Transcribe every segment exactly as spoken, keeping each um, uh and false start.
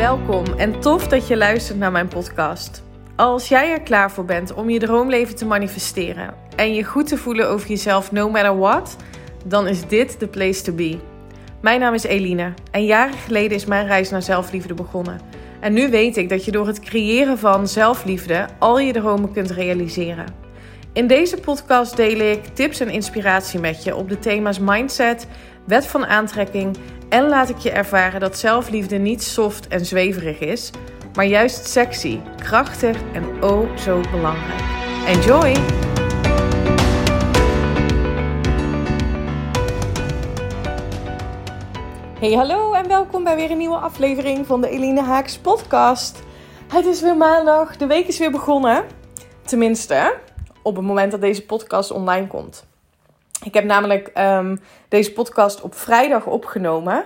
welkom en tof dat je luistert naar mijn podcast. Als jij er klaar voor bent om je droomleven te manifesteren en je goed te voelen over jezelf no matter what, dan is dit de place to be. Mijn naam is Eline en jaren geleden is mijn reis naar zelfliefde begonnen. En nu weet ik dat je door het creëren van zelfliefde al je dromen kunt realiseren. In deze podcast deel ik tips en inspiratie met je op de thema's mindset, wet van aantrekking en laat ik je ervaren dat zelfliefde niet soft en zweverig is, maar juist sexy, krachtig en oh zo belangrijk. Enjoy! Hey, hallo en welkom bij weer een nieuwe aflevering van de Eline Haaks podcast. Het is weer maandag, de week is weer begonnen. Tenminste, op het moment dat deze podcast online komt. Ik heb namelijk um, deze podcast op vrijdag opgenomen.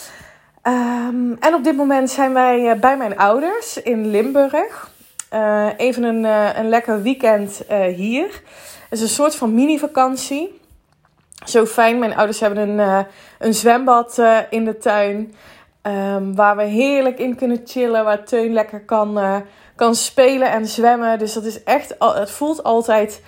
Um, en op dit moment zijn wij uh, bij mijn ouders in Limburg. Uh, even een, uh, een lekker weekend uh, hier. Het is een soort van mini-vakantie. Zo fijn. Mijn ouders hebben een, uh, een zwembad uh, in de tuin. Um, waar we heerlijk in kunnen chillen. Waar Teun lekker kan, uh, kan spelen en zwemmen. Dus dat is echt, het voelt altijd...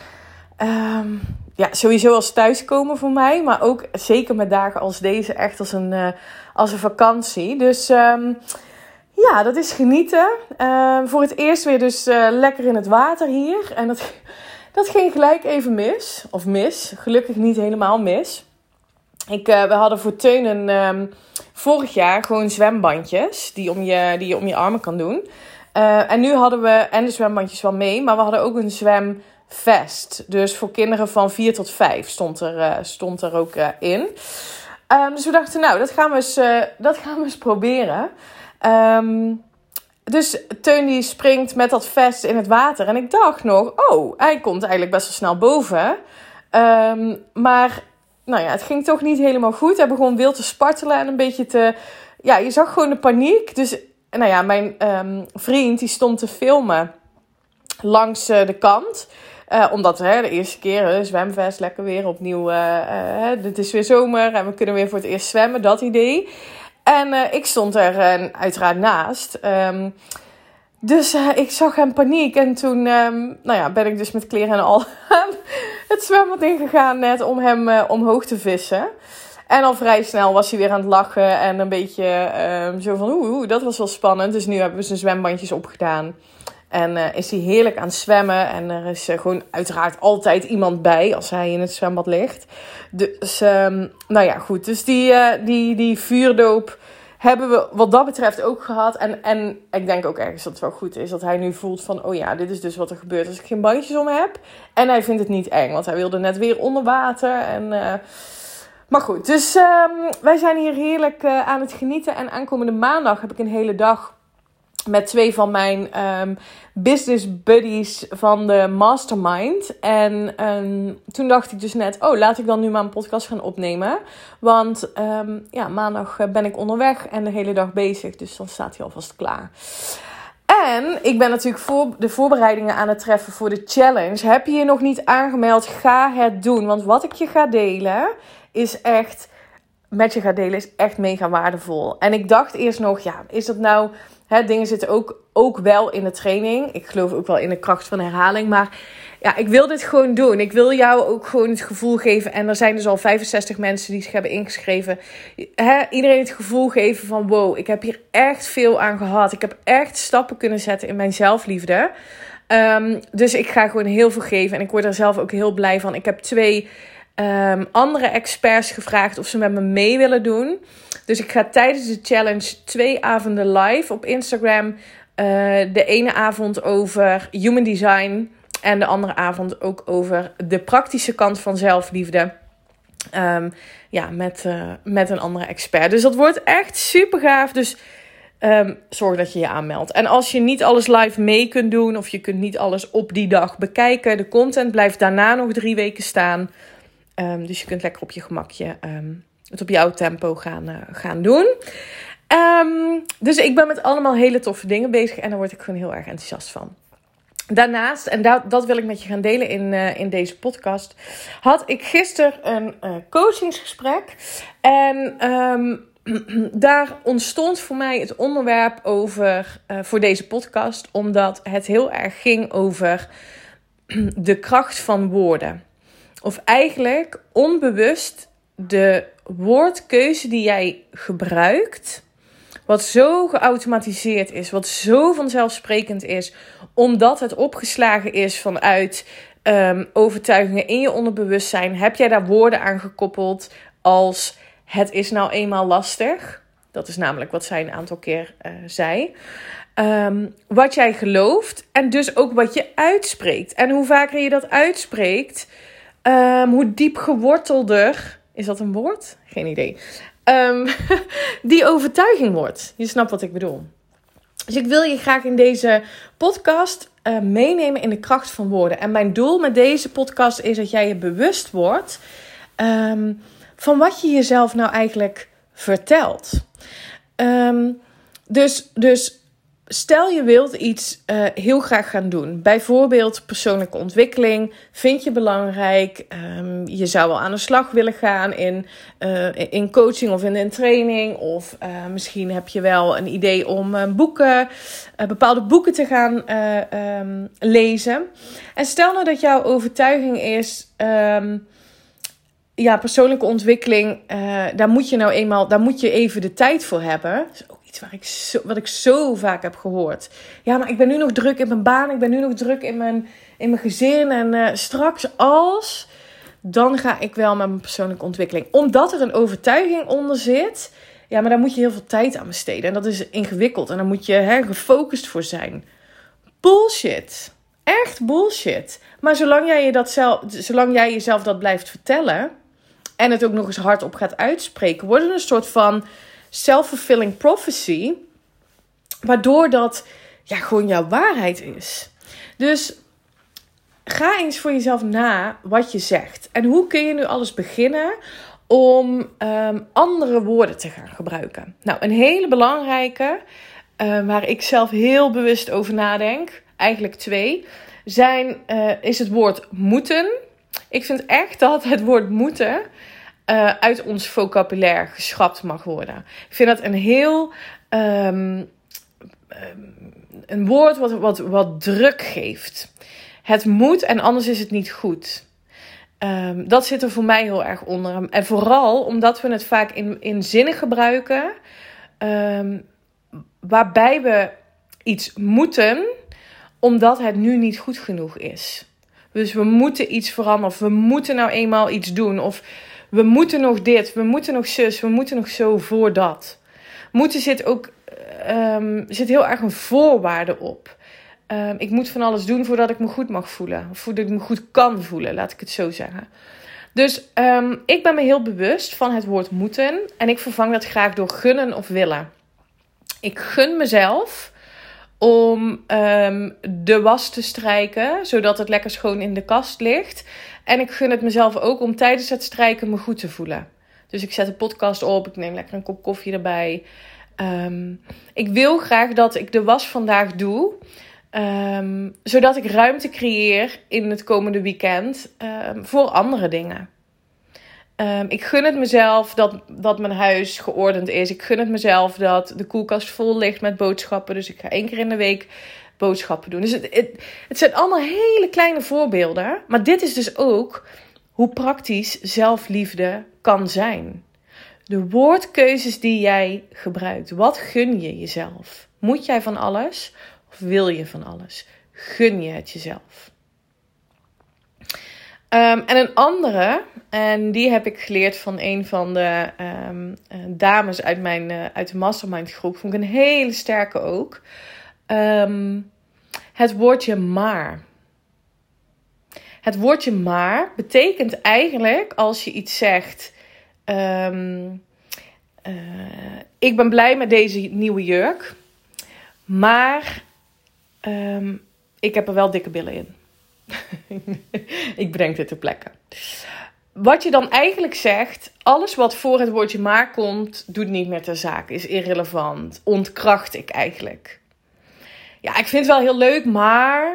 Um, Ja, sowieso als thuiskomen voor mij. Maar ook zeker met dagen als deze echt als een, uh, als een vakantie. Dus um, ja, dat is genieten. Uh, voor het eerst weer dus uh, lekker in het water hier. En dat, dat ging gelijk even mis. Of mis. Gelukkig niet helemaal mis. Ik, uh, we hadden voor Teun een, um, vorig jaar gewoon zwembandjes. Die, om je, die je om je armen kan doen. Uh, en nu hadden we, en de zwembandjes wel mee. Maar we hadden ook een zwem... Vest. Dus voor kinderen van vier tot vijf stond er, uh, stond er ook uh, in. Um, dus we dachten, nou, dat gaan we eens, uh, dat gaan we eens proberen. Um, dus Teun die springt met dat vest in het water. En ik dacht nog, oh, hij komt eigenlijk best wel snel boven. Um, maar, nou ja, het ging toch niet helemaal goed. Hij begon wild te spartelen en een beetje te... Ja, je zag gewoon de paniek. Dus, nou ja, mijn um, vriend die stond te filmen langs uh, de kant... Uh, omdat hè, de eerste keer, uh, zwemvest, lekker weer opnieuw. Uh, uh, het is weer zomer en we kunnen weer voor het eerst zwemmen, dat idee. En uh, ik stond er uh, uiteraard naast. Um, dus uh, ik zag hem paniek. En toen um, nou ja, ben ik dus met kleren en al het zwembad ingegaan net om hem uh, omhoog te vissen. En al vrij snel was hij weer aan het lachen en een beetje uh, zo van oeh, oeh, dat was wel spannend. Dus nu hebben we zijn zwembandjes opgedaan. En uh, is hij heerlijk aan het zwemmen. En er is uh, gewoon uiteraard altijd iemand bij als hij in het zwembad ligt. Dus, um, nou ja, goed. Dus die, uh, die, die vuurdoop hebben we wat dat betreft ook gehad. En, en ik denk ook ergens dat het wel goed is. Dat hij nu voelt van, oh ja, dit is dus wat er gebeurt als ik geen bandjes om heb. En hij vindt het niet eng, want hij wilde net weer onder water. En... Uh, Maar goed, dus um, wij zijn hier heerlijk uh, aan het genieten. En aankomende maandag heb ik een hele dag... met twee van mijn um, business buddies van de mastermind. En um, toen dacht ik dus net, oh, laat ik dan nu maar een podcast gaan opnemen. Want um, ja, maandag ben ik onderweg en de hele dag bezig. Dus dan staat hij alvast klaar. En ik ben natuurlijk voor de voorbereidingen aan het treffen voor de challenge. Heb je je nog niet aangemeld? Ga het doen. Want wat ik je ga delen is echt... met je ga delen is echt mega waardevol. En ik dacht eerst nog, ja, is dat nou... Hè, dingen zitten ook, ook wel in de training. Ik geloof ook wel in de kracht van herhaling. Maar ja, ik wil dit gewoon doen. Ik wil jou ook gewoon het gevoel geven. En er zijn dus al vijfenzestig mensen die zich hebben ingeschreven. Hè, iedereen het gevoel geven van wow, ik heb hier echt veel aan gehad. Ik heb echt stappen kunnen zetten in mijn zelfliefde. Um, dus ik ga gewoon heel veel geven. En ik word er zelf ook heel blij van. Ik heb twee... Um, andere experts gevraagd of ze met me mee willen doen. Dus ik ga tijdens de challenge twee avonden live op Instagram. Uh, de ene avond over human design. En de andere avond ook over de praktische kant van zelfliefde. Um, ja, met, uh, met een andere expert. Dus dat wordt echt super gaaf. Dus um, zorg dat je je aanmeldt. En als je niet alles live mee kunt doen. Of je kunt niet alles op die dag bekijken. De content blijft daarna nog drie weken staan. Um, dus je kunt lekker op je gemakje um, het op jouw tempo gaan, uh, gaan doen. Um, dus ik ben met allemaal hele toffe dingen bezig. En daar word ik gewoon heel erg enthousiast van. Daarnaast, en dat, dat wil ik met je gaan delen in, uh, in deze podcast. Had ik gisteren een uh, coachingsgesprek. En um, daar ontstond voor mij het onderwerp over uh, voor deze podcast. Omdat het heel erg ging over de kracht van woorden. Of eigenlijk onbewust de woordkeuze die jij gebruikt. Wat zo geautomatiseerd is. Wat zo vanzelfsprekend is. Omdat het opgeslagen is vanuit um, overtuigingen in je onderbewustzijn. Heb jij daar woorden aan gekoppeld als het is nou eenmaal lastig. Dat is namelijk wat zij een aantal keer uh, zei. Um, wat jij gelooft en dus ook wat je uitspreekt. En hoe vaker je dat uitspreekt, um, hoe diep gewortelder, is dat een woord? Geen idee. Um, die overtuiging wordt. Je snapt wat ik bedoel. Dus ik wil je graag in deze podcast uh, meenemen in de kracht van woorden. En mijn doel met deze podcast is dat jij je bewust wordt um, van wat je jezelf nou eigenlijk vertelt. Um, dus, dus stel je wilt iets uh, heel graag gaan doen. Bijvoorbeeld persoonlijke ontwikkeling. Vind je belangrijk. Um, je zou wel aan de slag willen gaan in, uh, in coaching of in een training. Of uh, misschien heb je wel een idee om uh, boeken, uh, bepaalde boeken te gaan uh, um, lezen. En stel nou dat jouw overtuiging is, Um, ja, persoonlijke ontwikkeling, uh, daar moet je nou eenmaal, daar moet je even de tijd voor hebben. Dat is ook iets waar ik zo, wat ik zo vaak heb gehoord. Ja, maar ik ben nu nog druk in mijn baan, ik ben nu nog druk in mijn, in mijn gezin. En uh, straks als, dan ga ik wel met mijn persoonlijke ontwikkeling. Omdat er een overtuiging onder zit, ja, maar daar moet je heel veel tijd aan besteden. En dat is ingewikkeld en daar moet je hè, gefocust voor zijn. Bullshit. Echt bullshit. Maar zolang jij, je dat zelf, zolang jij jezelf dat blijft vertellen en het ook nog eens hardop gaat uitspreken, wordt het een soort van self-fulfilling prophecy, waardoor dat ja, gewoon jouw waarheid is. Dus ga eens voor jezelf na wat je zegt. En hoe kun je nu alles beginnen om um, andere woorden te gaan gebruiken? Nou, een hele belangrijke, uh, waar ik zelf heel bewust over nadenk, eigenlijk twee, zijn, uh, is het woord moeten. Ik vind echt dat het woord moeten uh, uit ons vocabulaire geschrapt mag worden. Ik vind dat een heel um, um, een woord wat, wat, wat druk geeft. Het moet en anders is het niet goed. Um, dat zit er voor mij heel erg onder. En vooral omdat we het vaak in, in zinnen gebruiken um, waarbij we iets moeten omdat het nu niet goed genoeg is. Dus we moeten iets veranderen. Of we moeten nou eenmaal iets doen. Of we moeten nog dit. We moeten nog zus. We moeten nog zo voor dat. Moeten zit ook um, zit heel erg een voorwaarde op. Um, ik moet van alles doen voordat ik me goed mag voelen. Of voordat ik me goed kan voelen. Laat ik het zo zeggen. Dus um, ik ben me heel bewust van het woord moeten. En ik vervang dat graag door gunnen of willen. Ik gun mezelf om um, de was te strijken, zodat het lekker schoon in de kast ligt. En ik gun het mezelf ook om tijdens het strijken me goed te voelen. Dus ik zet een podcast op, ik neem lekker een kop koffie erbij. Um, ik wil graag dat ik de was vandaag doe, um, zodat ik ruimte creëer in het komende weekend um, voor andere dingen. Um, ik gun het mezelf dat, dat mijn huis geordend is. Ik gun het mezelf dat de koelkast vol ligt met boodschappen. Dus ik ga één keer in de week boodschappen doen. Dus het, het, het zijn allemaal hele kleine voorbeelden. Maar dit is dus ook hoe praktisch zelfliefde kan zijn. De woordkeuzes die jij gebruikt. Wat gun je jezelf? Moet jij van alles of wil je van alles? Gun je het jezelf? Um, en een andere, en die heb ik geleerd van een van de um, dames uit, mijn, uh, uit de mastermind groep. Vond ik een hele sterke ook. Um, het woordje maar. Het woordje maar betekent eigenlijk als je iets zegt. Um, uh, ik ben blij met deze nieuwe jurk. Maar um, ik heb er wel dikke billen in. Ik breng dit ter plekke. Wat je dan eigenlijk zegt, alles wat voor het woordje maar komt, doet niet meer ter zake, is irrelevant, ontkracht ik eigenlijk. Ja, ik vind het wel heel leuk, maar...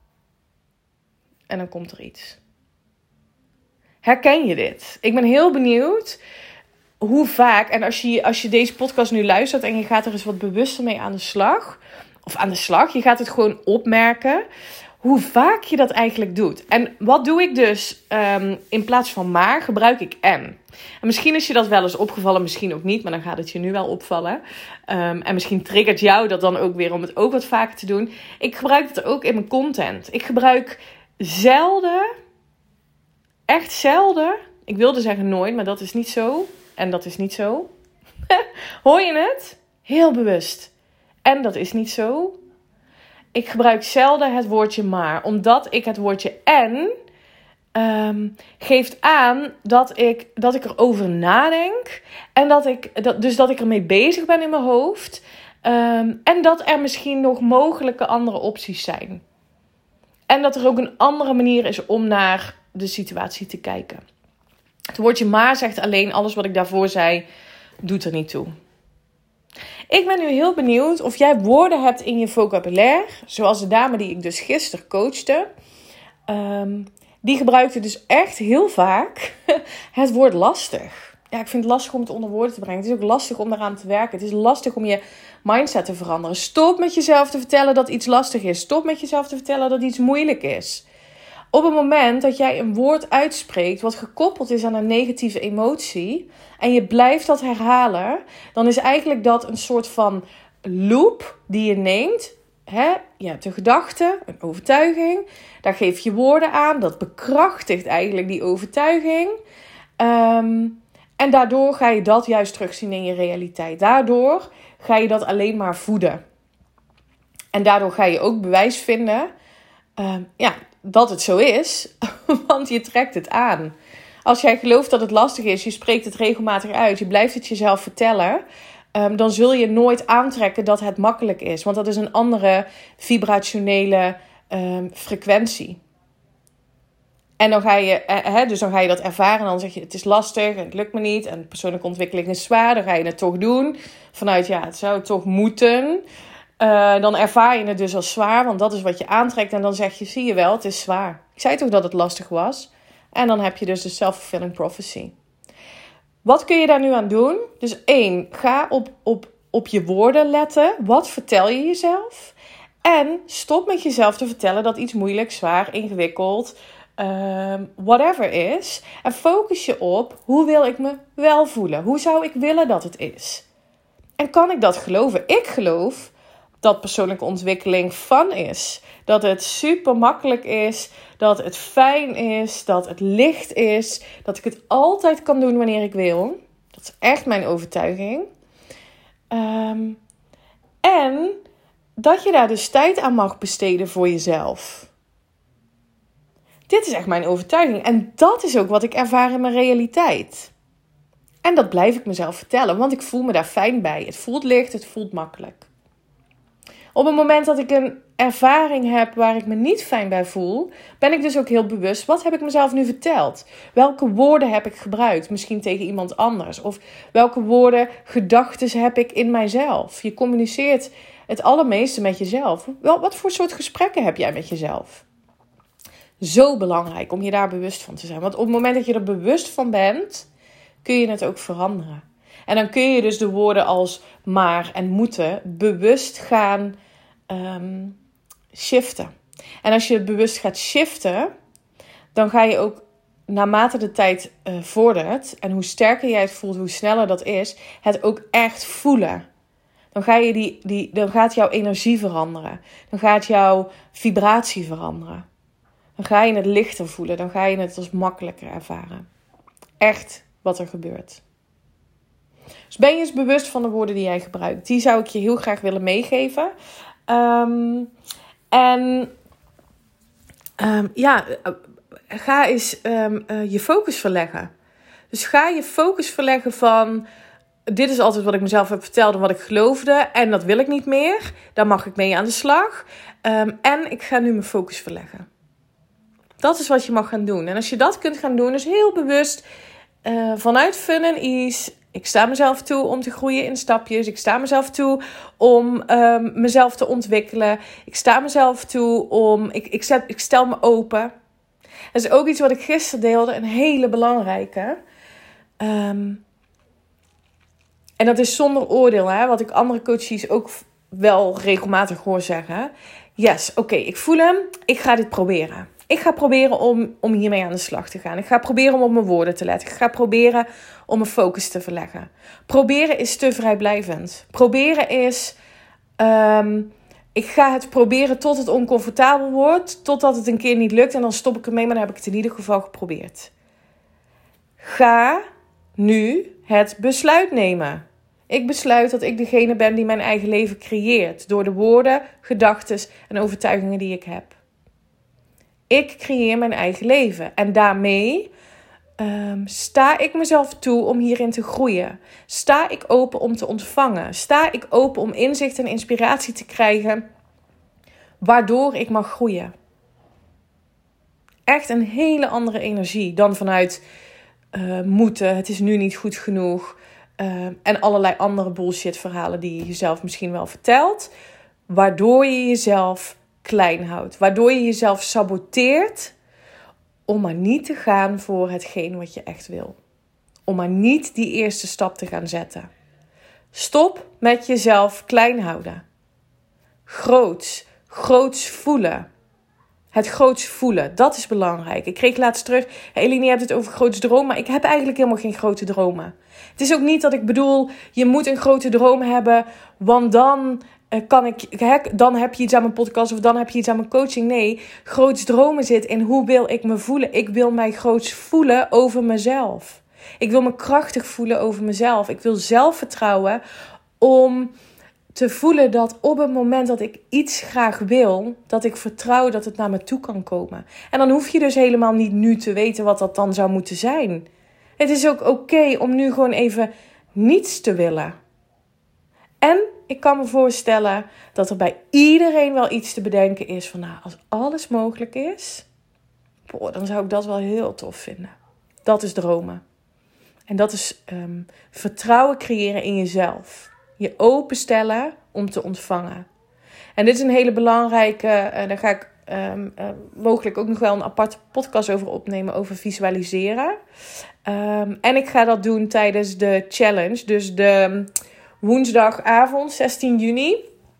En dan komt er iets. Herken je dit? Ik ben heel benieuwd hoe vaak, en als je, als je deze podcast nu luistert en je gaat er eens wat bewuster mee aan de slag, of aan de slag, je gaat het gewoon opmerken, hoe vaak je dat eigenlijk doet. En wat doe ik dus? Um, in plaats van maar gebruik ik en. En misschien is je dat wel eens opgevallen, misschien ook niet, maar dan gaat het je nu wel opvallen. Um, en misschien triggert jou dat dan ook weer om het ook wat vaker te doen. Ik gebruik het ook in mijn content. Ik gebruik zelden, echt zelden, ik wilde zeggen nooit, maar dat is niet zo. En dat is niet zo. Hoor je het? Heel bewust. En dat is niet zo. Ik gebruik zelden het woordje maar. Omdat ik het woordje en um, geeft aan dat ik, dat ik erover nadenk. En dat ik, dat, dus dat ik ermee bezig ben in mijn hoofd. Um, en dat er misschien nog mogelijke andere opties zijn. En dat er ook een andere manier is om naar de situatie te kijken. Het woordje maar zegt alleen alles wat ik daarvoor zei, doet er niet toe. Ik ben nu heel benieuwd of jij woorden hebt in je vocabulaire. Zoals de dame die ik dus gisteren coachte. Um, die gebruikte dus echt heel vaak het woord lastig. Ja, ik vind het lastig om het onder woorden te brengen. Het is ook lastig om daaraan te werken. Het is lastig om je mindset te veranderen. Stop met jezelf te vertellen dat iets lastig is. Stop met jezelf te vertellen dat iets moeilijk is. Op het moment dat jij een woord uitspreekt wat gekoppeld is aan een negatieve emotie en je blijft dat herhalen, dan is eigenlijk dat een soort van loop die je neemt. Hè? Je hebt een gedachte, een overtuiging, daar geef je woorden aan, dat bekrachtigt eigenlijk die overtuiging. Um, en daardoor ga je dat juist terugzien in je realiteit. Daardoor ga je dat alleen maar voeden. En daardoor ga je ook bewijs vinden um, ja, dat het zo is, want je trekt het aan. Als jij gelooft dat het lastig is, je spreekt het regelmatig uit, je blijft het jezelf vertellen, um, dan zul je nooit aantrekken dat het makkelijk is. Want dat is een andere vibrationele um, frequentie. En dan ga, je, eh, dus dan ga je dat ervaren en dan zeg je het is lastig en het lukt me niet en persoonlijke ontwikkeling is zwaar. Dan ga je het toch doen vanuit ja, het zou toch moeten. Uh, dan ervaar je het dus als zwaar, want dat is wat je aantrekt. En dan zeg je, zie je wel, het is zwaar. Ik zei toch dat het lastig was? En dan heb je dus de self-fulfilling prophecy. Wat kun je daar nu aan doen? Dus één, ga op, op, op je woorden letten. Wat vertel je jezelf? En stop met jezelf te vertellen dat iets moeilijk, zwaar, ingewikkeld, uh, whatever is. En focus je op, hoe wil ik me wel voelen? Hoe zou ik willen dat het is? En kan ik dat geloven? Ik geloof dat persoonlijke ontwikkeling fun is. Dat het super makkelijk is. Dat het fijn is. Dat het licht is. Dat ik het altijd kan doen wanneer ik wil. Dat is echt mijn overtuiging. Um, en dat je daar dus tijd aan mag besteden voor jezelf. Dit is echt mijn overtuiging. En dat is ook wat ik ervaar in mijn realiteit. En dat blijf ik mezelf vertellen. Want ik voel me daar fijn bij. Het voelt licht. Het voelt makkelijk. Op het moment dat ik een ervaring heb waar ik me niet fijn bij voel, ben ik dus ook heel bewust. Wat heb ik mezelf nu verteld? Welke woorden heb ik gebruikt? Misschien tegen iemand anders. Of welke woorden, gedachten heb ik in mijzelf? Je communiceert het allermeeste met jezelf. Wel, wat voor soort gesprekken heb jij met jezelf? Zo belangrijk om je daar bewust van te zijn. Want op het moment dat je er bewust van bent, kun je het ook veranderen. En dan kun je dus de woorden als maar en moeten bewust gaan um, shiften. En als je het bewust gaat shiften, dan ga je ook naarmate de tijd uh, vordert en hoe sterker jij het voelt, hoe sneller dat is, het ook echt voelen. Dan, ga je die, die, dan gaat jouw energie veranderen. Dan gaat jouw vibratie veranderen. Dan ga je het lichter voelen. Dan ga je het als makkelijker ervaren. Echt wat er gebeurt. Dus ben je eens bewust van de woorden die jij gebruikt. Die zou ik je heel graag willen meegeven. Um, en um, ja, ga eens um, uh, je focus verleggen. Dus ga je focus verleggen van, dit is altijd wat ik mezelf heb verteld en wat ik geloofde. En dat wil ik niet meer. Daar mag ik mee aan de slag. Um, en ik ga nu mijn focus verleggen. Dat is wat je mag gaan doen. En als je dat kunt gaan doen, dus heel bewust uh, vanuit fun en ease. Ik sta mezelf toe om te groeien in stapjes. Ik sta mezelf toe om um, mezelf te ontwikkelen. Ik sta mezelf toe om... Ik, ik, zet, ik stel me open. Dat is ook iets wat ik gisteren deelde. Een hele belangrijke. Um, En dat is zonder oordeel, hè? Wat ik andere coaches ook wel regelmatig hoor zeggen. Yes, oké, okay, ik voel hem. Ik ga dit proberen. Ik ga proberen om, om hiermee aan de slag te gaan. Ik ga proberen om op mijn woorden te letten. Ik ga proberen om mijn focus te verleggen. Proberen is te vrijblijvend. Proberen is... Um, ik ga het proberen tot het oncomfortabel wordt. Totdat het een keer niet lukt. En dan stop ik ermee, maar dan heb ik het in ieder geval geprobeerd. Ga nu het besluit nemen. Ik besluit dat ik degene ben die mijn eigen leven creëert. Door de woorden, gedachten en overtuigingen die ik heb. Ik creëer mijn eigen leven. En daarmee um, sta ik mezelf toe om hierin te groeien. Sta ik open om te ontvangen. Sta ik open om inzicht en inspiratie te krijgen. Waardoor ik mag groeien. Echt een hele andere energie dan vanuit uh, moeten. Het is nu niet goed genoeg. Uh, en allerlei andere bullshit verhalen die je jezelf misschien wel vertelt. Waardoor je jezelf klein houdt. Waardoor je jezelf saboteert om maar niet te gaan voor hetgeen wat je echt wil. Om maar niet die eerste stap te gaan zetten. Stop met jezelf klein houden. Groots. Groots voelen. Het groots voelen, dat is belangrijk. Ik kreeg laatst terug, Eline, je hebt het over groots dromen, maar ik heb eigenlijk helemaal geen grote dromen. Het is ook niet dat ik bedoel, je moet een grote droom hebben, want dan uh, kan ik, dan heb je iets aan mijn podcast of dan heb je iets aan mijn coaching. Nee, groots dromen zit in hoe wil ik me voelen. Ik wil mij groots voelen over mezelf. Ik wil me krachtig voelen over mezelf. Ik wil zelfvertrouwen om te voelen dat op het moment dat ik iets graag wil, dat ik vertrouw dat het naar me toe kan komen. En dan hoef je dus helemaal niet nu te weten wat dat dan zou moeten zijn. Het is ook oké okay om nu gewoon even niets te willen. En ik kan me voorstellen dat er bij iedereen wel iets te bedenken is van, nou, als alles mogelijk is, boah, dan zou ik dat wel heel tof vinden. Dat is dromen. En dat is um, vertrouwen creëren in jezelf. Je openstellen om te ontvangen. En dit is een hele belangrijke, uh, daar ga ik um, uh, mogelijk ook nog wel een aparte podcast over opnemen, over visualiseren. Um, en ik ga dat doen tijdens de challenge. Dus de woensdagavond, zestien juni,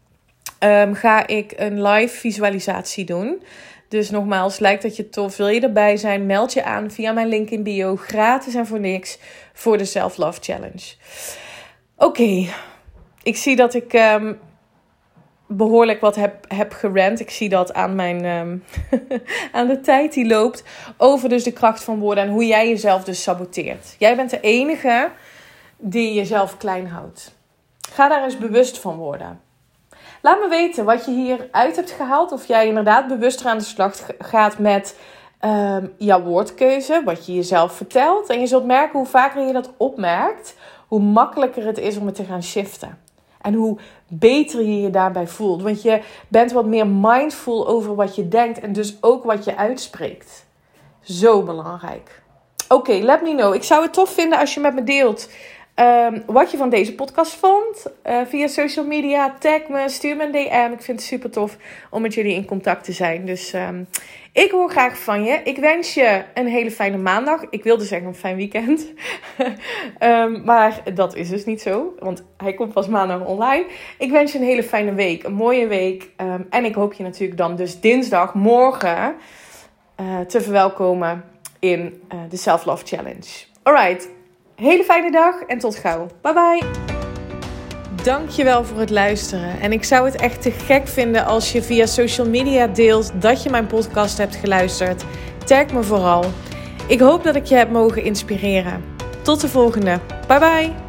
um, ga ik een live visualisatie doen. Dus nogmaals, lijkt dat je tof, wil je erbij zijn, meld je aan via mijn link in bio, gratis en voor niks, voor de Self Love Challenge. Oké. Okay. Ik zie dat ik um, behoorlijk wat heb, heb gerant. Ik zie dat aan, mijn, um, aan de tijd die loopt. Over dus de kracht van woorden en hoe jij jezelf dus saboteert. Jij bent de enige die jezelf klein houdt. Ga daar eens bewust van worden. Laat me weten wat je hieruit hebt gehaald. Of jij inderdaad bewuster aan de slag gaat met um, jouw woordkeuze. Wat je jezelf vertelt. En je zult merken hoe vaker je dat opmerkt, hoe makkelijker het is om het te gaan shiften. En hoe beter je je daarbij voelt. Want je bent wat meer mindful over wat je denkt. En dus ook wat je uitspreekt. Zo belangrijk. Oké, okay, let me know. Ik zou het tof vinden als je met me deelt um, wat je van deze podcast vond. Uh, via social media, tag me, stuur me een D M. Ik vind het super tof om met jullie in contact te zijn. Dus um, ik hoor graag van je. Ik wens je een hele fijne maandag. Ik wilde zeggen een fijn weekend. um, maar dat is dus niet zo. Want hij komt pas maandag online. Ik wens je een hele fijne week. Een mooie week. Um, en ik hoop je natuurlijk dan dus dinsdag, morgen, uh, te verwelkomen in uh, de Self Love Challenge. Alright. Hele fijne dag en tot gauw. Bye bye. Dankjewel voor het luisteren. En ik zou het echt te gek vinden als je via social media deelt dat je mijn podcast hebt geluisterd. Tag me vooral. Ik hoop dat ik je heb mogen inspireren. Tot de volgende. Bye bye.